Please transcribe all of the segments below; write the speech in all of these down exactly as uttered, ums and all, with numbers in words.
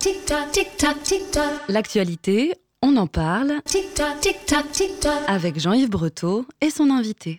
tic-tac, tic-tac, tic-tac. L'actualité, on en parle Tic-tac, tic-tac, tic-tac. avec Jean-Yves Breteau et son invité.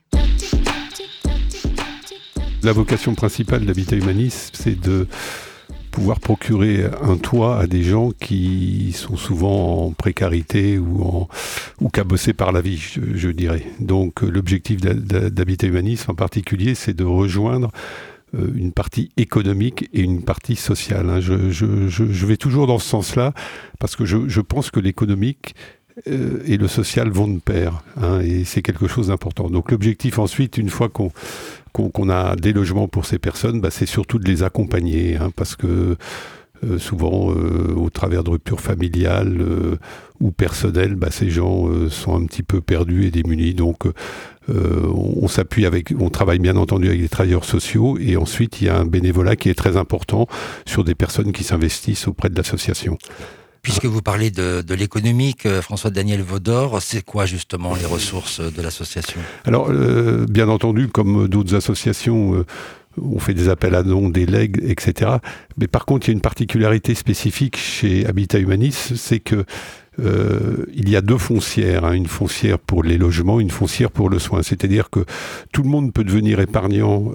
La vocation principale d'Habitat Humanis, c'est de pouvoir procurer un toit à des gens qui sont souvent en précarité ou, en, ou cabossés par la vie, je, je dirais. Donc l'objectif d'Habitat Humanis en particulier, c'est de rejoindre euh, une partie économique et une partie sociale. Hein. Je, je, je, je vais toujours dans ce sens-là parce que je, je pense que l'économique euh, et le social vont de pair, hein, et c'est quelque chose d'important. Donc l'objectif ensuite, une fois qu'on Qu'on, qu'on a des logements pour ces personnes, bah, c'est surtout de les accompagner, hein, parce que euh, souvent, euh, au travers de ruptures familiales euh, ou personnelles, bah, ces gens euh, sont un petit peu perdus et démunis. Donc, euh, on, on s'appuie avec, on travaille bien entendu avec des travailleurs sociaux, et ensuite il y a un bénévolat qui est très important sur des personnes qui s'investissent auprès de l'association. Puisque vous parlez de, de l'économique, François-Daniel Vaudor, c'est quoi justement les ressources de l'association ? Alors, euh, bien entendu, comme d'autres associations, euh, on fait des appels à dons, des legs, et cetera. Mais par contre, il y a une particularité spécifique chez Habitat Humanis, c'est que Euh, il y a deux foncières, hein, une foncière pour les logements, une foncière pour le soin. C'est-à-dire que tout le monde peut devenir épargnant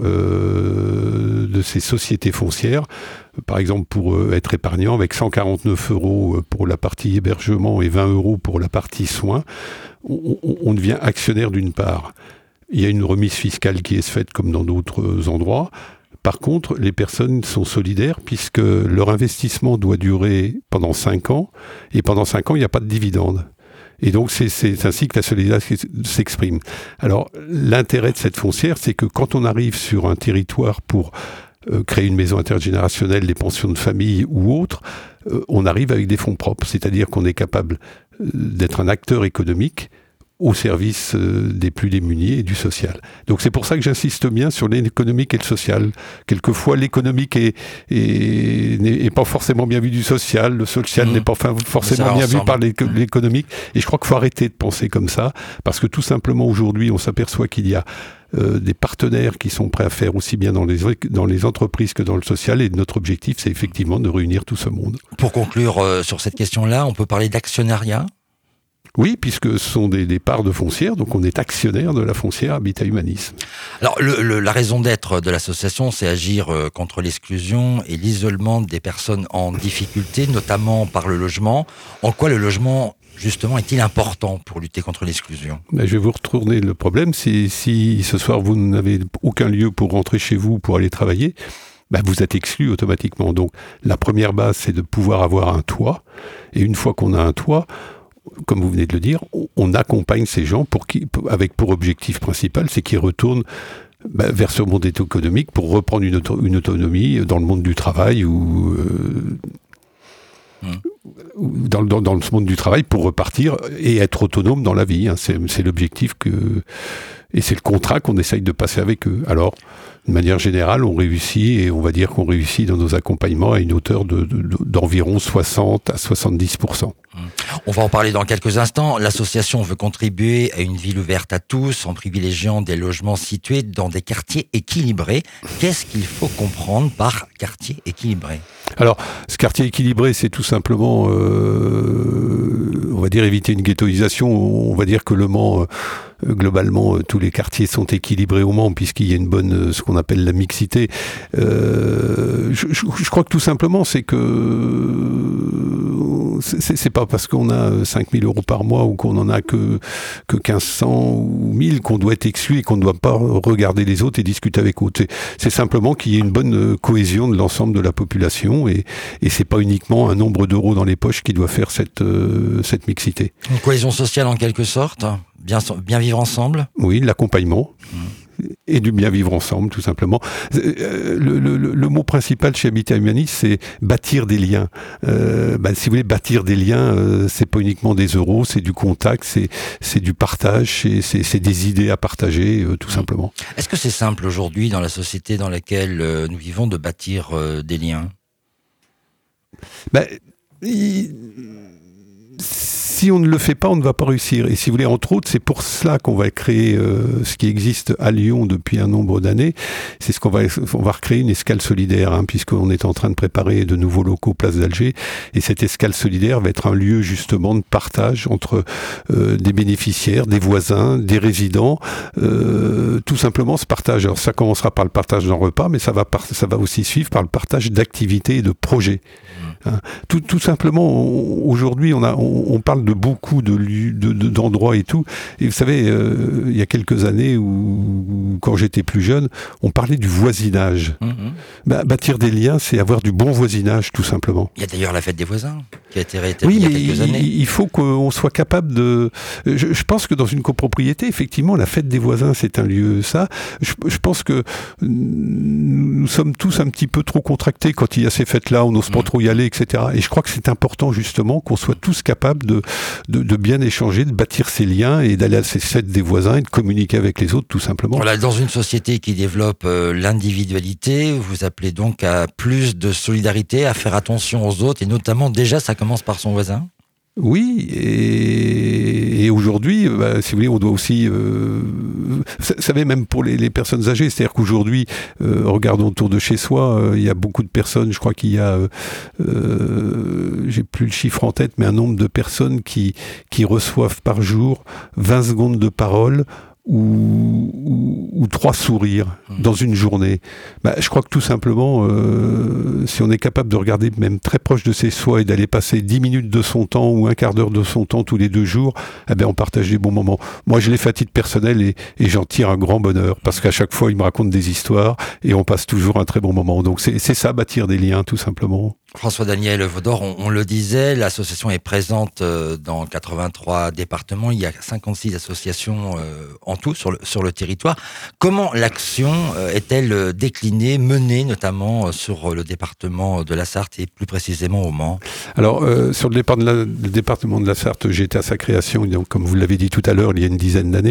euh, de ces sociétés foncières. Par exemple, pour euh, être épargnant avec cent quarante-neuf euros pour la partie hébergement et vingt euros pour la partie soins, on, on, on devient actionnaire d'une part. Il y a une remise fiscale qui est faite comme dans d'autres endroits. Par contre, les personnes sont solidaires puisque leur investissement doit durer pendant cinq ans, et pendant cinq ans, il n'y a pas de dividende. Et donc, c'est, c'est ainsi que la solidarité s'exprime. Alors, l'intérêt de cette foncière, c'est que quand on arrive sur un territoire pour euh, créer une maison intergénérationnelle, des pensions de famille ou autre, euh, on arrive avec des fonds propres, c'est-à-dire qu'on est capable euh, d'être un acteur économique au service euh, des plus démunis et du social. Donc c'est pour ça que j'insiste bien sur l'économique et le social. Quelquefois, l'économique est, est, n'est pas forcément bien vu du social, le social mmh. n'est pas forcément bien vu par l'économique, et je crois qu'il faut arrêter de penser comme ça, parce que tout simplement aujourd'hui, on s'aperçoit qu'il y a Euh, des partenaires qui sont prêts à faire aussi bien dans les, dans les entreprises que dans le social, et notre objectif, c'est effectivement de réunir tout ce monde. Pour conclure euh, sur cette question-là, on peut parler d'actionnariat ? Oui, puisque ce sont des, des parts de foncière, donc on est actionnaire de la foncière Habitat Humanis. Alors, le, le, la raison d'être de l'association, c'est agir euh, contre l'exclusion et l'isolement des personnes en difficulté, notamment par le logement. En quoi le logement, justement, est-il important pour lutter contre l'exclusion ? Ben, je vais vous retourner le problème. Si, si ce soir, vous n'avez aucun lieu pour rentrer chez vous, pour aller travailler, ben, vous êtes exclu automatiquement. Donc, la première base, c'est de pouvoir avoir un toit. Et une fois qu'on a un toit, comme vous venez de le dire, on accompagne ces gens pour qui, avec pour objectif principal, c'est qu'ils retournent bah, vers ce monde économique pour reprendre une, auto, une autonomie dans le monde du travail ou, euh, mmh. ou dans, dans, dans ce monde du travail pour repartir et être autonome dans la vie. Hein. C'est, c'est l'objectif que, et c'est le contrat qu'on essaye de passer avec eux. Alors, de manière générale, on réussit, et on va dire qu'on réussit dans nos accompagnements à une hauteur de, de, d'environ soixante à soixante-dix pour cent. On va en parler dans quelques instants. L'association veut contribuer à une ville ouverte à tous en privilégiant des logements situés dans des quartiers équilibrés. Qu'est-ce qu'il faut comprendre par quartier équilibré ? Alors, ce quartier équilibré, c'est tout simplement, euh, on va dire, éviter une ghettoisation. On va dire que Le Mans, euh, globalement, euh, tous les quartiers sont équilibrés au Mans, puisqu'il y a une bonne, euh, ce qu'on appelle la mixité. Euh, je, je, je crois que tout simplement, c'est que c'est, c'est, c'est pas parce qu'on a cinq mille euros par mois ou qu'on en a que, que quinze cents ou mille qu'on doit être exclu et qu'on ne doit pas regarder les autres et discuter avec eux. C'est, c'est simplement qu'il y ait une bonne cohésion de l'ensemble de la population, et, et c'est pas uniquement un nombre d'euros dans les poches qui doit faire cette, euh, cette mixité. Une cohésion sociale en quelque sorte, bien, bien vivre ensemble ? Oui, l'accompagnement. Mmh. Et du bien vivre ensemble, tout simplement. Le, le, le mot principal chez Habitat Humanis, c'est bâtir des liens. Euh, bah, si vous voulez, bâtir des liens, euh, c'est pas uniquement des euros, c'est du contact, c'est, c'est du partage, c'est, c'est, c'est des idées à partager, euh, tout simplement. Est-ce que c'est simple aujourd'hui, dans la société dans laquelle euh, nous vivons, de bâtir euh, des liens ? bah, il... si on ne le fait pas, on ne va pas réussir. Et si vous voulez, entre autres, c'est pour cela qu'on va créer euh, ce qui existe à Lyon depuis un nombre d'années. C'est ce qu'on va, on va recréer une escale solidaire, hein, puisqu'on est en train de préparer de nouveaux locaux place d'Alger. Et cette escale solidaire va être un lieu justement de partage entre euh, des bénéficiaires, des voisins, des résidents. Euh, tout simplement ce partage. Alors ça commencera par le partage d'un repas, mais ça va, par, ça va aussi suivre par le partage d'activités et de projets. Hein. Tout, tout simplement, on, aujourd'hui, on, a, on, on parle de beaucoup de, de, de, d'endroits et tout. Et vous savez, euh, il y a quelques années, où, où, quand j'étais plus jeune, on parlait du voisinage. Mmh. Bah, bâtir des liens, c'est avoir du bon voisinage, tout simplement. Il y a d'ailleurs la fête des voisins qui a été rétablie oui, il y a quelques il, années. Il faut qu'on soit capable de... Je, je pense que dans une copropriété, effectivement, la fête des voisins, c'est un lieu, ça. Je, je pense que nous sommes tous un petit peu trop contractés quand il y a ces fêtes-là, on n'ose pas mmh. trop y aller, et cetera. Et je crois que c'est important, justement, qu'on soit tous capables de, de, de bien échanger, de bâtir ces liens et d'aller à ces fêtes des voisins et de communiquer avec les autres, tout simplement. Voilà, dans une société qui développe euh, l'individualité, vous appelez donc à plus de solidarité, à faire attention aux autres, et notamment, déjà, ça commence par son voisin. Oui, et, et aujourd'hui, bah, si vous voulez, on doit aussi... Euh, vous savez, même pour les, les personnes âgées, c'est-à-dire qu'aujourd'hui, euh, regardons autour de chez soi, euh, il y a beaucoup de personnes, je crois qu'il y a, euh, euh, j'ai plus le chiffre en tête, mais un nombre de personnes qui, qui reçoivent par jour vingt secondes de parole, Ou, ou, ou trois sourires mmh. dans une journée. Bah, je crois que tout simplement, euh, si on est capable de regarder même très proche de ses soi et d'aller passer dix minutes de son temps ou un quart d'heure de son temps tous les deux jours, eh ben on partage des bons moments. Moi, je l'ai fait à titre personnel et, et j'en tire un grand bonheur parce qu'à chaque fois, il me raconte des histoires et on passe toujours un très bon moment. Donc c'est, c'est ça, bâtir des liens, tout simplement. François-Daniel Vaudor, on, on le disait, l'association est présente dans quatre-vingt-trois départements. Il y a cinquante-six associations euh, en tout sur le, sur le territoire. Comment l'action euh, est-elle déclinée, menée notamment sur le département de la Sarthe et plus précisément au Mans ? Alors, euh, sur le, départ de la, le département de la Sarthe, j'étais à sa création, donc, comme vous l'avez dit tout à l'heure, il y a une dizaine d'années.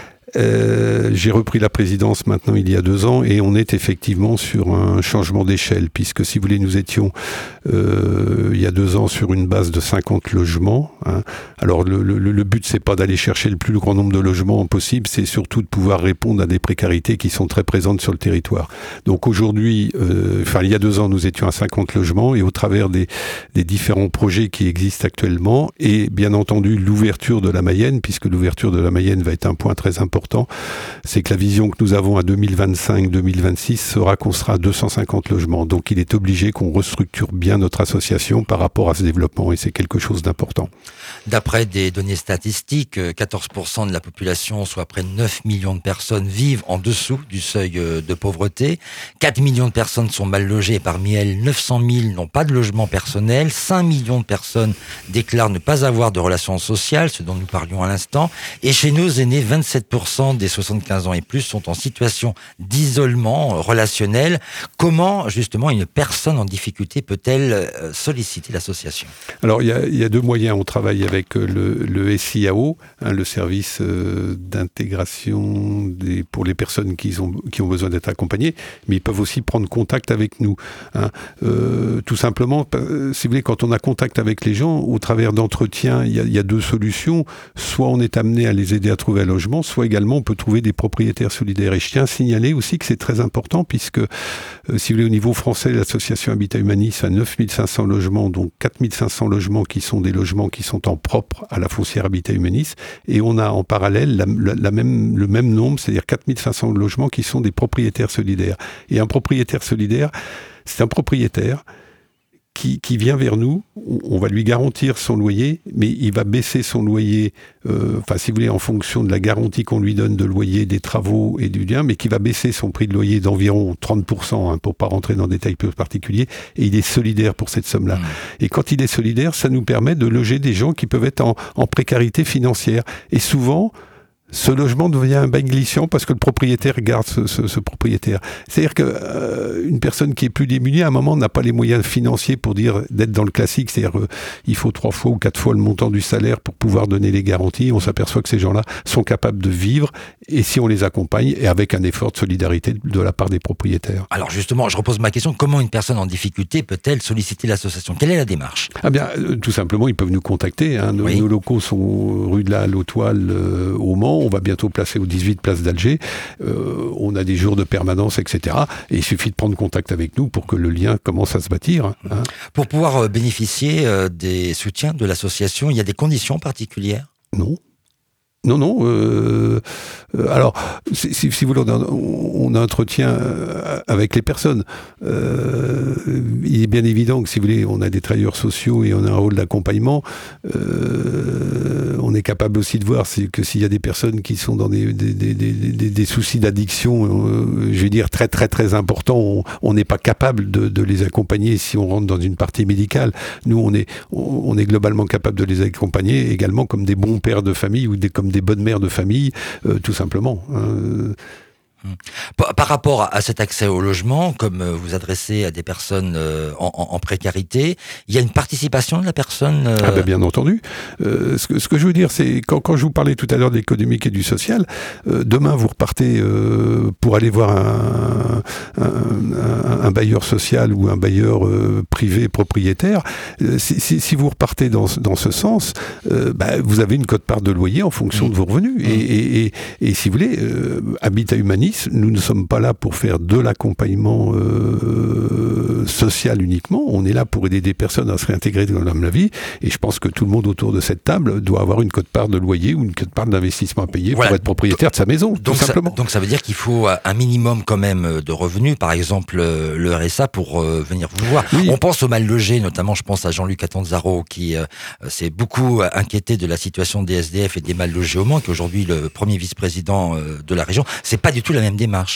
Euh, j'ai repris la présidence maintenant il y a deux ans et on est effectivement sur un changement d'échelle puisque si vous voulez nous étions euh, il y a deux ans sur une base de cinquante logements. Hein. Alors le, le, le but c'est pas d'aller chercher le plus grand nombre de logements possible, c'est surtout de pouvoir répondre à des précarités qui sont très présentes sur le territoire. Donc aujourd'hui, euh, enfin il y a deux ans nous étions à cinquante logements et au travers des, des différents projets qui existent actuellement et bien entendu l'ouverture de la Mayenne puisque l'ouverture de la Mayenne va être un point très important. C'est que la vision que nous avons à deux mille vingt-cinq deux mille vingt-six sera qu'on sera à deux cent cinquante logements. Donc il est obligé qu'on restructure bien notre association par rapport à ce développement et c'est quelque chose d'important. D'après des données statistiques, quatorze pour cent de la population, soit près de neuf millions de personnes, vivent en dessous du seuil de pauvreté. quatre millions de personnes sont mal logées et parmi elles, neuf cent mille n'ont pas de logement personnel. cinq millions de personnes déclarent ne pas avoir de relations sociales, ce dont nous parlions à l'instant. Et chez nos aînés, vingt-sept pour cent des soixante-quinze ans et plus sont en situation d'isolement relationnel. Comment, justement, une personne en difficulté peut-elle solliciter l'association ? Alors, il y a, il y a deux moyens. On travaille avec le, le S I A O, hein, le service euh, d'intégration des, pour les personnes qui ont, qui ont besoin d'être accompagnées, mais ils peuvent aussi prendre contact avec nous. Hein. Euh, tout simplement, si vous voulez, quand on a contact avec les gens, au travers d'entretiens, il y a, il y a deux solutions. Soit on est amené à les aider à trouver un logement, soit également on peut trouver des propriétaires solidaires. Et je tiens à signaler aussi que c'est très important puisque, euh, si vous voulez, au niveau français, l'association Habitat Humanis a neuf mille cinq cents logements, donc quatre mille cinq cents logements qui sont des logements qui sont en propre à la foncière Habitat Humanis. Et on a en parallèle la, la, la même, le même nombre, c'est-à-dire quatre mille cinq cents logements qui sont des propriétaires solidaires. Et un propriétaire solidaire, c'est un propriétaire Qui, qui vient vers nous, on va lui garantir son loyer, mais il va baisser son loyer, euh, enfin si vous voulez, en fonction de la garantie qu'on lui donne de loyer, des travaux et du bien, mais qui va baisser son prix de loyer d'environ trente pour cent, hein, pour pas rentrer dans des détails plus particuliers, et il est solidaire pour cette somme-là. Mmh. Et quand il est solidaire, ça nous permet de loger des gens qui peuvent être en, en précarité financière. Et souvent, ce logement devient un bail glissant parce que le propriétaire garde ce, ce, ce propriétaire. C'est-à-dire qu'une euh, personne qui est plus démunie, à un moment, n'a pas les moyens financiers pour dire d'être dans le classique. C'est-à-dire euh, il faut trois fois ou quatre fois le montant du salaire pour pouvoir donner les garanties. On s'aperçoit que ces gens-là sont capables de vivre, et si on les accompagne, et avec un effort de solidarité de la part des propriétaires. Alors justement, je repose ma question, comment une personne en difficulté peut-elle solliciter l'association ? Quelle est la démarche ? Ah bien, euh, tout simplement, ils peuvent nous contacter. Hein. Nos, oui. nos locaux sont rue de la Halle aux Toiles euh, au Mans. On va bientôt placer au dix-huit place d'Alger. Euh, on a des jours de permanence, et cetera. Et il suffit de prendre contact avec nous pour que le lien commence à se bâtir. Hein. Pour pouvoir euh, bénéficier euh, des soutiens de l'association, il y a des conditions particulières ? Non. Non, non. Euh, euh, alors, si, si, si vous voulez, on, on entretient avec les personnes. Euh, il est bien évident que, si vous voulez, on a des travailleurs sociaux et on a un rôle d'accompagnement. Euh, on est capable aussi de voir que s'il y a des personnes qui sont dans des, des, des, des, des, des soucis d'addiction, euh, je vais dire très, très, très importants, on n'est pas capable de, de les accompagner si on rentre dans une partie médicale. Nous, on est, on est globalement capable de les accompagner également comme des bons pères de famille ou des, comme des bonnes mères de famille, euh, tout simplement. Hein. Par rapport à cet accès au logement, comme vous adressez à des personnes en, en, en précarité, il y a une participation de la personne euh... Ah ben bien entendu. Euh, ce, que, ce que je veux dire, c'est quand, quand je vous parlais tout à l'heure de l'économique et du social, euh, demain vous repartez euh, pour aller voir un, un, un, un bailleur social ou un bailleur euh, privé propriétaire. Euh, si, si, si vous repartez dans, dans ce sens, euh, bah, vous avez une quote-part de loyer en fonction mmh. de vos revenus. Mmh. Et, et, et, et si vous voulez, euh, Habitat Humanis, nous ne sommes pas là pour faire de l'accompagnement euh, social uniquement. On est là pour aider des personnes à se réintégrer dans la vie. Et je pense que tout le monde autour de cette table doit avoir une quote-part de loyer ou une quote-part d'investissement à payer voilà. pour être propriétaire de sa maison, donc tout ça, simplement. Donc ça veut dire qu'il faut un minimum quand même de revenus, par exemple le R S A, pour euh, venir vous voir. Oui. On pense aux mal logés, notamment je pense à Jean-Luc Catanzaro qui euh, s'est beaucoup inquiété de la situation des S D F et des mal logés au Mans, qui est aujourd'hui le premier vice-président euh, de la région. C'est pas du tout la même démarche.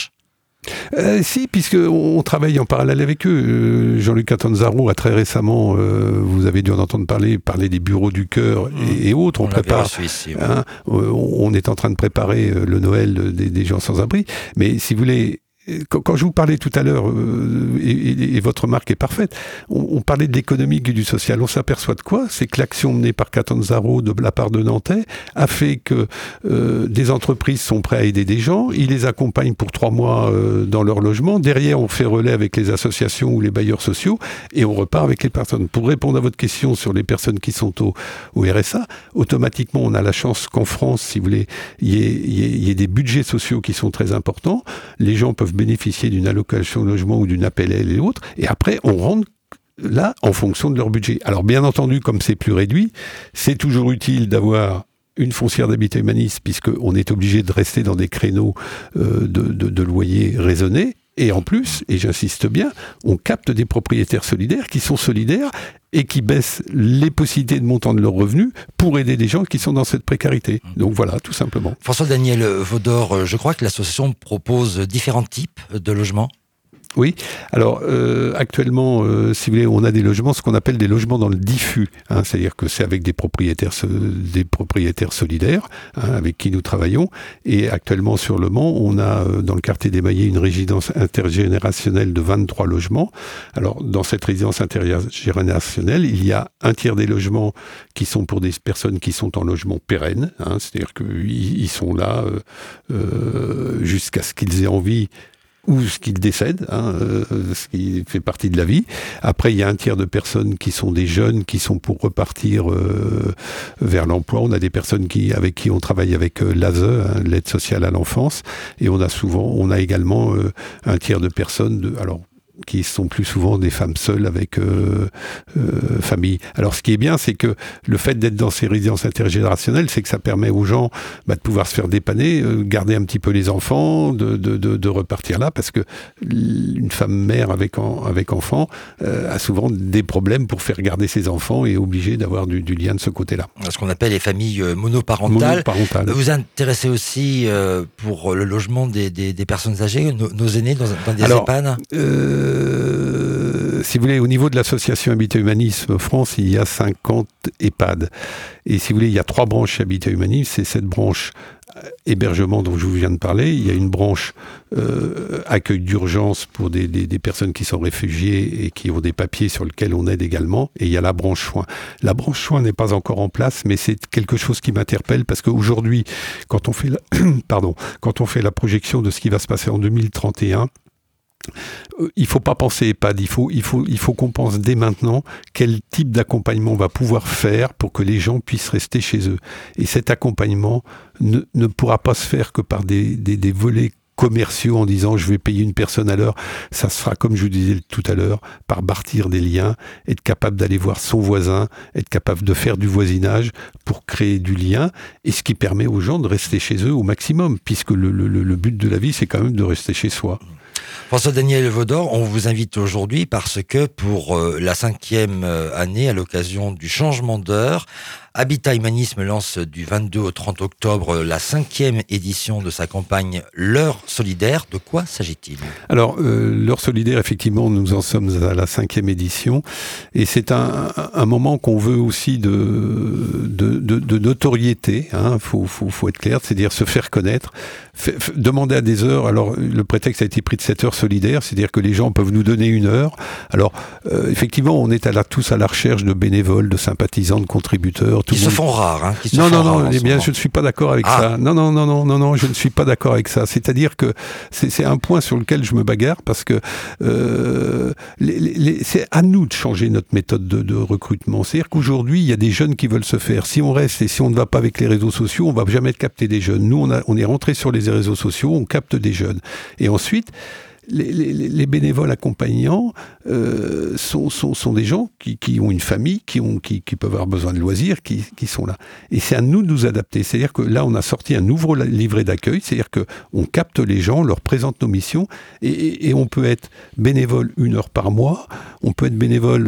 Euh, si, puisqu'on travaille en parallèle avec eux. Euh, Jean-Luc Catanzaro a très récemment, euh, vous avez dû en entendre parler, parler des bureaux du cœur mmh. et, et autres. On, on prépare. Ici, ouais. hein, on est en train de préparer le Noël des, des gens sans abri. Mais si vous voulez. Quand, quand je vous parlais tout à l'heure, euh, et, et, et votre remarque est parfaite, on, on parlait de l'économique et du social. On s'aperçoit de quoi ? C'est que l'action menée par Catanzaro de la part de Nantais a fait que euh, des entreprises sont prêtes à aider des gens, ils les accompagnent pour trois mois euh, dans leur logement. Derrière, on fait relais avec les associations ou les bailleurs sociaux et on repart avec les personnes. Pour répondre à votre question sur les personnes qui sont au, au R S A, automatiquement, on a la chance qu'en France, si vous voulez, il y ait, y ait, y ait des budgets sociaux qui sont très importants. Les gens peuvent bénéficier d'une allocation logement ou d'une A P L L et autres, et après on rentre là en fonction de leur budget. Alors bien entendu, comme c'est plus réduit, c'est toujours utile d'avoir une foncière d'habitat humaniste, puisqu'on est obligé de rester dans des créneaux euh, de, de, de loyer raisonnés, et en plus, et j'insiste bien, on capte des propriétaires solidaires qui sont solidaires et qui baissent les possibilités de montant de leurs revenus pour aider des gens qui sont dans cette précarité. Donc voilà, tout simplement. François-Daniel Vaudor, je crois que l'association propose différents types de logements. Oui, alors euh, actuellement, euh, si vous voulez, on a des logements, ce qu'on appelle des logements dans le diffus, hein, c'est-à-dire que c'est avec des propriétaires, des propriétaires solidaires, hein, avec qui nous travaillons, et actuellement sur Le Mans, on a euh, dans le quartier des Maillets une résidence intergénérationnelle de vingt-trois logements. Alors dans cette résidence intergénérationnelle, il y a un tiers des logements qui sont pour des personnes qui sont en logement pérenne, hein, c'est-à-dire qu'ils ils sont là euh, euh, jusqu'à ce qu'ils aient envie ou ce qu'ils décèdent, hein, euh, ce qui fait partie de la vie. Après, il y a un tiers de personnes qui sont des jeunes, qui sont pour repartir euh, vers l'emploi. On a des personnes qui, avec qui on travaille avec euh, l'A S E, hein, l'aide sociale à l'enfance, et on a souvent, on a également euh, un tiers de personnes, de, alors qui sont plus souvent des femmes seules avec euh, euh, famille. Alors ce qui est bien, c'est que le fait d'être dans ces résidences intergénérationnelles, c'est que ça permet aux gens bah, de pouvoir se faire dépanner, euh, garder un petit peu les enfants, de, de, de, de repartir là, parce que une femme mère avec, en, avec enfant euh, a souvent des problèmes pour faire garder ses enfants et est obligée d'avoir du, du lien de ce côté-là. Ce qu'on appelle les familles monoparentales. Monoparentales. Vous intéressez aussi euh, pour le logement des, des, des personnes âgées, nos, nos aînés dans, dans des Alors, EHPAD euh, Euh, si vous voulez, au niveau de l'association Habitat Humanisme France, il y a cinquante EHPAD. Et si vous voulez, il y a trois branches chez Habitat Humanisme. C'est cette branche hébergement dont je vous viens de parler, il y a une branche euh, accueil d'urgence pour des, des, des personnes qui sont réfugiées et qui ont des papiers sur lesquels on aide également, et il y a la branche soins. La branche soins n'est pas encore en place, mais c'est quelque chose qui m'interpelle parce qu'aujourd'hui, quand on fait la, pardon, quand on fait la projection de ce qui va se passer en deux mille trente et un, il ne faut pas penser EHPAD, il faut, il faut, il faut qu'on pense dès maintenant quel type d'accompagnement on va pouvoir faire pour que les gens puissent rester chez eux. Et cet accompagnement ne, ne pourra pas se faire que par des, des, des volets commerciaux en disant je vais payer une personne à l'heure. Ça se fera, comme je vous disais tout à l'heure, par bâtir des liens, être capable d'aller voir son voisin, être capable de faire du voisinage pour créer du lien, et ce qui permet aux gens de rester chez eux au maximum, puisque le, le, le but de la vie, c'est quand même de rester chez soi. François-Daniel Vaudor, on vous invite aujourd'hui parce que pour euh, la cinquième année, à l'occasion du changement d'heure, Habitat Humanisme lance du vingt-deux au trente octobre la cinquième édition de sa campagne L'heure solidaire. De quoi s'agit-il ? Alors, euh, l'heure solidaire, effectivement, nous en sommes à la cinquième édition, et c'est un, un moment qu'on veut aussi de, de, de, de notoriété, hein, faut, faut, faut être clair, c'est-à-dire se faire connaître, f- f- demander à des heures. Alors, le prétexte a été pris de cette heure solidaire, c'est-à-dire que les gens peuvent nous donner une heure. Alors, euh, effectivement, on est à la, tous à la recherche de bénévoles, de sympathisants, de contributeurs. Qui se font rares. Hein, qui se non, font non, rares non, eh bien, je ne suis pas d'accord avec ah. ça. Non, non, non, non, non, non, je ne suis pas d'accord avec ça. C'est-à-dire que c'est, c'est un point sur lequel je me bagarre parce que euh, les, les, c'est à nous de changer notre méthode de, de recrutement. C'est-à-dire qu'aujourd'hui, il y a des jeunes qui veulent se faire. Si on reste et si on ne va pas avec les réseaux sociaux, on ne va jamais capter des jeunes. Nous, on, a, on est rentré sur les réseaux sociaux, on capte des jeunes. Et ensuite, Les, les, les bénévoles accompagnants euh, sont, sont, sont des gens qui, qui ont une famille, qui, ont, qui, qui peuvent avoir besoin de loisirs, qui, qui sont là. Et c'est à nous de nous adapter. C'est-à-dire que là, on a sorti un nouveau livret d'accueil, c'est-à-dire qu'on capte les gens, on leur présente nos missions, et, et, et on peut être bénévole une heure par mois, on peut être bénévole...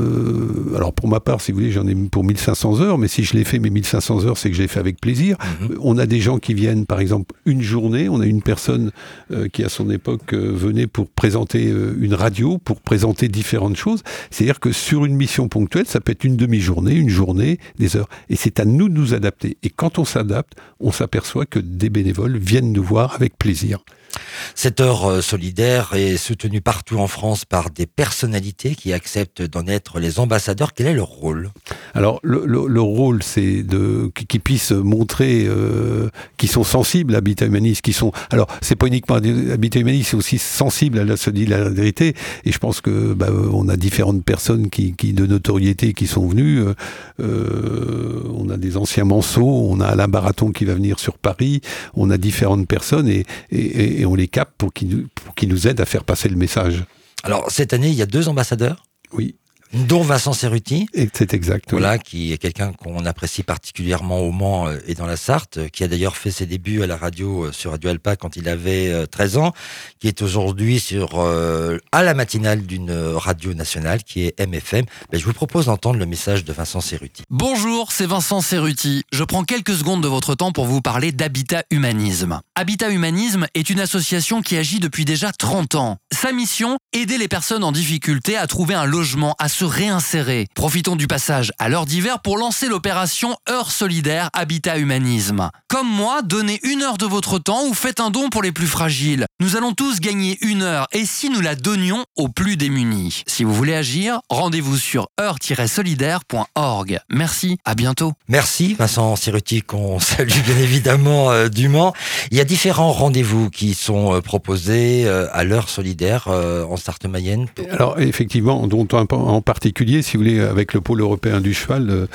Euh, alors pour ma part, si vous voulez, j'en ai pour mille cinq cents heures, mais si je l'ai fait, mes mille cinq cents heures, c'est que je l'ai fait avec plaisir. Mmh. On a des gens qui viennent, par exemple, une journée, on a une personne euh, qui, à son époque, euh, venait pour présenter une radio, pour présenter différentes choses. C'est-à-dire que sur une mission ponctuelle, ça peut être une demi-journée, une journée, des heures. Et c'est à nous de nous adapter. Et quand on s'adapte, on s'aperçoit que des bénévoles viennent nous voir avec plaisir. Cette heure solidaire est soutenue partout en France par des personnalités qui acceptent d'en être les ambassadeurs. Quel est leur rôle ? Alors, le, le, le rôle, c'est de qu'ils puissent montrer euh, qu'ils sont sensibles à Habitat Humanisme, qui sont. Alors, c'est pas uniquement Habitat Humanisme, c'est aussi sensible à la solidarité. Et je pense que bah, on a différentes personnes qui, qui de notoriété qui sont venues. Euh, on a des anciens Manceau, on a Alain Baraton qui va venir sur Paris. On a différentes personnes et, et, et on les capte pour qu'ils, nous, pour qu'ils nous aident à faire passer le message. Alors, cette année, il y a deux ambassadeurs ? Oui. Dont Vincent Cerruti. Et c'est exact. Voilà, oui. Qui est quelqu'un qu'on apprécie particulièrement au Mans et dans la Sarthe, qui a d'ailleurs fait ses débuts à la radio, sur Radio Alpa quand il avait treize ans, qui est aujourd'hui sur, euh, à la matinale d'une radio nationale, qui est M F M. Ben, je vous propose d'entendre le message de Vincent Cerruti. Bonjour, c'est Vincent Cerruti. Je prends quelques secondes de votre temps pour vous parler d'Habitat Humanisme. Habitat Humanisme est une association qui agit depuis déjà trente ans. Sa mission, aider les personnes en difficulté à trouver un logement, à se réinsérer. Profitons du passage à l'heure d'hiver pour lancer l'opération Heure solidaire Habitat Humanisme. Comme moi, donnez une heure de votre temps ou faites un don pour les plus fragiles. Nous allons tous gagner une heure et si nous la donnions aux plus démunis. Si vous voulez agir, rendez-vous sur heure tiret solidaire point org. Merci, à bientôt. Merci Vincent Cerruti, qu'on salue bien évidemment euh, du Mans. Il y a différents rendez-vous qui sont euh, proposés euh, à l'heure solidaire euh, en Sarthe-Mayenne. Alors effectivement, dont un en particulier, si vous voulez, avec le pôle européen du cheval, euh,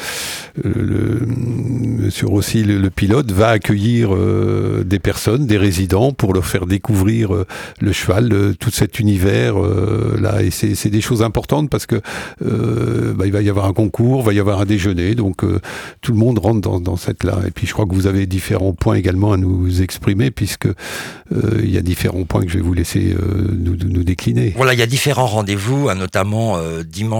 le, Monsieur Rossi, le, le pilote, va accueillir euh, des personnes, des résidents, pour leur faire découvrir euh, le cheval, euh, tout cet univers euh, là. Et c'est, c'est des choses importantes parce que euh, bah, il va y avoir un concours, il va y avoir un déjeuner, donc euh, tout le monde rentre dans, dans cette là. Et puis je crois que vous avez différents points également à nous exprimer, puisque euh, il y a différents points que je vais vous laisser euh, nous, nous décliner. Voilà, il y a différents rendez-vous, hein, notamment euh, dimanche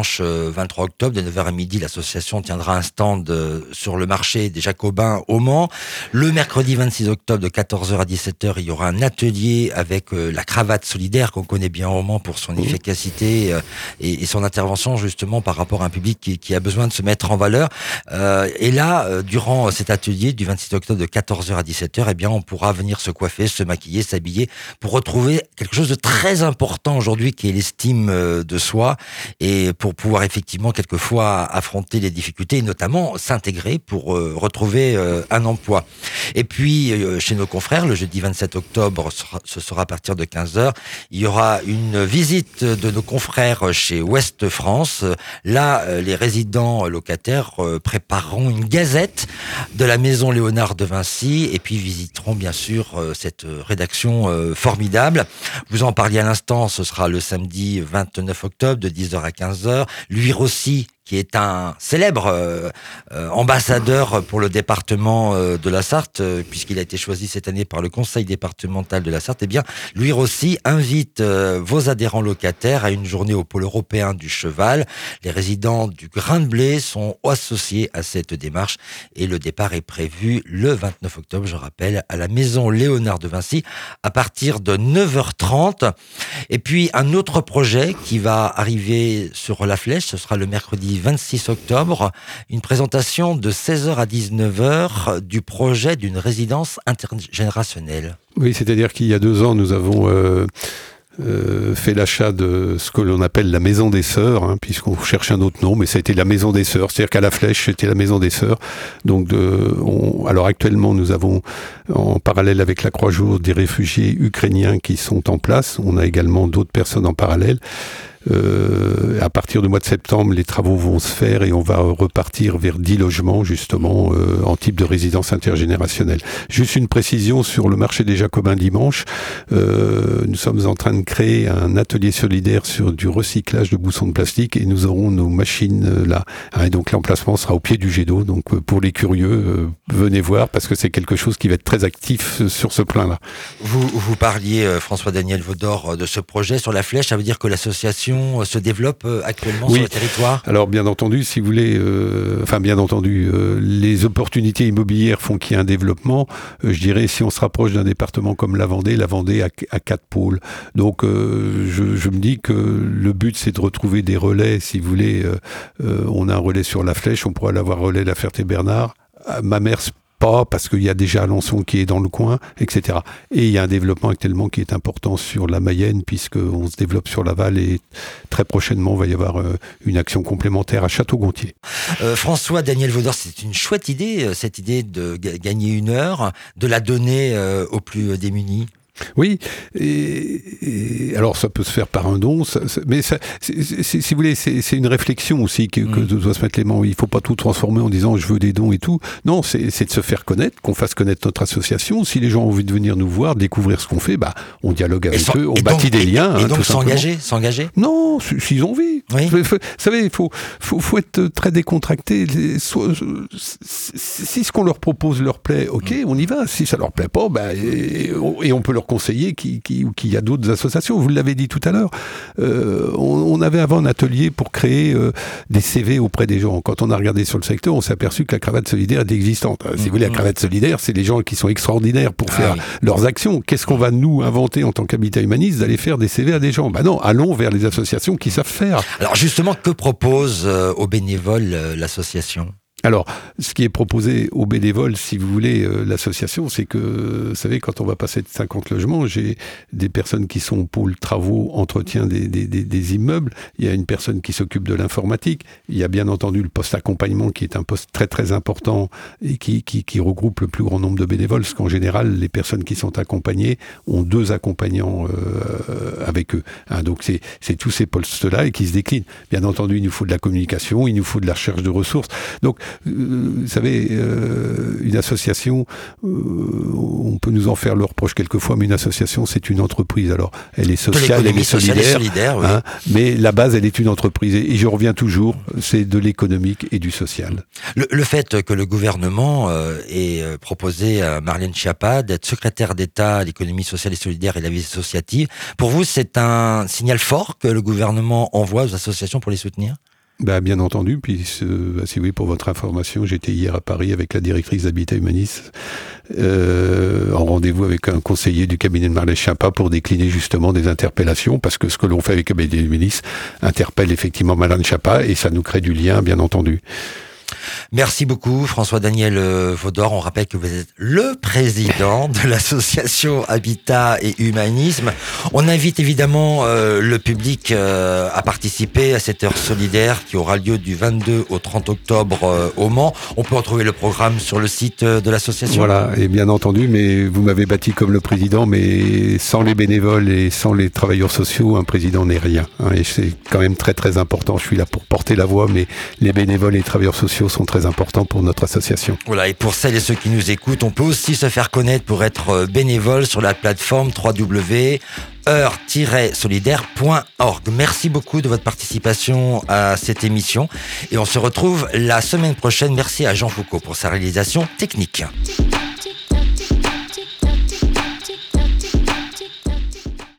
dimanche vingt-trois octobre, de neuf heures à midi, l'association tiendra un stand sur le marché des Jacobins au Mans. Le mercredi vingt-six octobre, de quatorze heures à dix-sept heures, il y aura un atelier avec la cravate solidaire qu'on connaît bien au Mans pour son efficacité et, et son intervention justement par rapport à un public qui, qui a besoin de se mettre en valeur. Euh, et là, durant cet atelier du vingt-six octobre de quatorze heures à dix-sept heures, eh bien, on pourra venir se coiffer, se maquiller, s'habiller pour retrouver quelque chose de très important aujourd'hui qui est l'estime de soi et pour pouvoir effectivement quelquefois affronter les difficultés et notamment s'intégrer pour euh, retrouver euh, un emploi. Et puis, euh, chez nos confrères, le jeudi vingt-sept octobre, ce sera à partir de quinze heures, il y aura une visite de nos confrères chez Ouest France. Là, euh, les résidents locataires euh, prépareront une gazette de la maison Léonard de Vinci et puis visiteront bien sûr euh, cette rédaction euh, formidable. Vous en parliez à l'instant, ce sera le samedi vingt-neuf octobre de dix heures à quinze heures. Lui Rossi, qui est un célèbre euh, euh, ambassadeur pour le département euh, de la Sarthe, euh, puisqu'il a été choisi cette année par le conseil départemental de la Sarthe, eh bien, lui aussi invite euh, vos adhérents locataires à une journée au pôle européen du cheval. Les résidents du Grain de Blé sont associés à cette démarche et le départ est prévu le vingt-neuf octobre, je rappelle, à la maison Léonard de Vinci à partir de neuf heures trente. Et puis, un autre projet qui va arriver sur la Flèche, ce sera le mercredi vingt-six octobre, une présentation de seize heures à dix-neuf heures du projet d'une résidence intergénérationnelle. Oui, c'est-à-dire qu'il y a deux ans, nous avons euh, euh, fait l'achat de ce que l'on appelle la Maison des Sœurs, hein, puisqu'on cherche un autre nom, mais ça a été la Maison des Sœurs, c'est-à-dire qu'à la Flèche, c'était la Maison des Sœurs. Donc, de, on, alors actuellement, nous avons, en parallèle avec la Croix-Jour, des réfugiés ukrainiens qui sont en place. On a également d'autres personnes en parallèle. Euh, à partir du mois de septembre, les travaux vont se faire et on va repartir vers dix logements justement euh, en type de résidence intergénérationnelle. Juste une précision sur le marché des Jacobins dimanche. Euh, nous sommes en train de créer un atelier solidaire sur du recyclage de boussons de plastique et nous aurons nos machines euh, là. Hein, et donc l'emplacement sera au pied du jet d'eau. Donc euh, pour les curieux, euh, venez voir parce que c'est quelque chose qui va être très actif sur ce plan-là. Vous, vous parliez, euh, François-Daniel Vaudor, de ce projet sur la Flèche. Ça veut dire que l'association se développe actuellement oui. sur le territoire ? Alors bien entendu, si vous voulez, euh, enfin bien entendu, euh, les opportunités immobilières font qu'il y a un développement. Euh, je dirais, si on se rapproche d'un département comme la Vendée, la Vendée a, a quatre pôles. Donc euh, je, je me dis que le but c'est de retrouver des relais. Si vous voulez, euh, euh, on a un relais sur la Flèche, on pourrait l'avoir relais La Ferté-Bernard. Ma mère pas parce qu'il y a déjà Alençon qui est dans le coin, et cetera. Et il y a un développement actuellement qui est important sur la Mayenne puisqu'on se développe sur Laval et très prochainement, il va y avoir euh, une action complémentaire à Château-Gontier. Euh, François Daniel Vaudor, c'est une chouette idée, cette idée de g- gagner une heure, de la donner euh, aux plus démunis. Oui, et, et alors ça peut se faire par un don, ça, ça, mais ça, c'est, c'est, si vous voulez, c'est, c'est une réflexion aussi que, que mmh. doit se mettre les mains. Il ne faut pas tout transformer en disant je veux des dons et tout. Non, c'est, c'est de se faire connaître, qu'on fasse connaître notre association. Si les gens ont envie de venir nous voir, découvrir ce qu'on fait, bah on dialogue avec sans, eux, on donc, bâtit des et, liens. Et hein, donc s'engager, s'engager. Non, s'ils ont envie. Oui. Vous savez, il faut, faut, faut être très décontracté. Si ce qu'on leur propose leur plaît, ok, on y va. Si ça leur plaît pas, bah, et, et on peut leur conseiller qui Qui, ou qu'il y a d'autres associations. Vous l'avez dit tout à l'heure, euh, on, on avait avant un atelier pour créer euh, des C V auprès des gens. Quand on a regardé sur le secteur, on s'est aperçu que la cravate solidaire était existante. Si mmh. vous voulez, la cravate solidaire, c'est les gens qui sont extraordinaires pour ah, faire oui. leurs actions. Qu'est-ce qu'on va nous inventer en tant qu'habitat humaniste d'aller faire des C V à des gens ? Ben non, allons vers les associations qui savent faire. Alors justement, que propose euh, aux bénévoles euh, l'association ? Alors, ce qui est proposé aux bénévoles, si vous voulez, euh, l'association, c'est que, vous savez, quand on va passer de cinquante logements, j'ai des personnes qui sont au pôle travaux, entretien des, des, des, des immeubles, il y a une personne qui s'occupe de l'informatique, il y a bien entendu le poste accompagnement qui est un poste très très important et qui, qui, qui regroupe le plus grand nombre de bénévoles, parce qu'en général, les personnes qui sont accompagnées ont deux accompagnants euh, avec eux. Hein, donc c'est, c'est tous ces postes-là et qui se déclinent. Bien entendu, il nous faut de la communication, il nous faut de la recherche de ressources. Donc, vous savez, euh, une association, euh, on peut nous en faire le reproche quelquefois, mais une association, c'est une entreprise. Alors, elle est sociale, elle est solidaire, solidaire oui. hein, mais la base, elle est une entreprise. Et je reviens toujours, c'est de l'économique et du social. Le, le fait que le gouvernement euh, ait proposé à Marlène Schiappa d'être secrétaire d'État à l'économie sociale et solidaire et la vie associative, pour vous, c'est un signal fort que le gouvernement envoie aux associations pour les soutenir ? Bah, bien entendu, puis euh, bah, si oui, pour votre information, j'étais hier à Paris avec la directrice d'Habitat Humanis, euh, en rendez-vous avec un conseiller du cabinet de Marlène Schiappa pour décliner justement des interpellations, parce que ce que l'on fait avec Habitat Humanis interpelle effectivement Marlène Schiappa et ça nous crée du lien, bien entendu. Merci beaucoup François-Daniel Vaudor. On rappelle que vous êtes le président de l'association Habitat et Humanisme. On invite évidemment euh, le public euh, à participer à cette heure solidaire qui aura lieu du vingt-deux au trente octobre euh, au Mans. On peut retrouver le programme sur le site de l'association. Voilà, et bien entendu, mais vous m'avez bâti comme le président, mais sans les bénévoles et sans les travailleurs sociaux, un président n'est rien. Hein, et c'est quand même très très important. Je suis là pour porter la voix, mais les bénévoles et les travailleurs sociaux sont très importants pour notre association. Voilà, et pour celles et ceux qui nous écoutent, on peut aussi se faire connaître pour être bénévole sur la plateforme w w w point heure tiret solidaire point org. Merci beaucoup de votre participation à cette émission et on se retrouve la semaine prochaine. Merci à Jean Foucault pour sa réalisation technique. Tic tac, tic tac.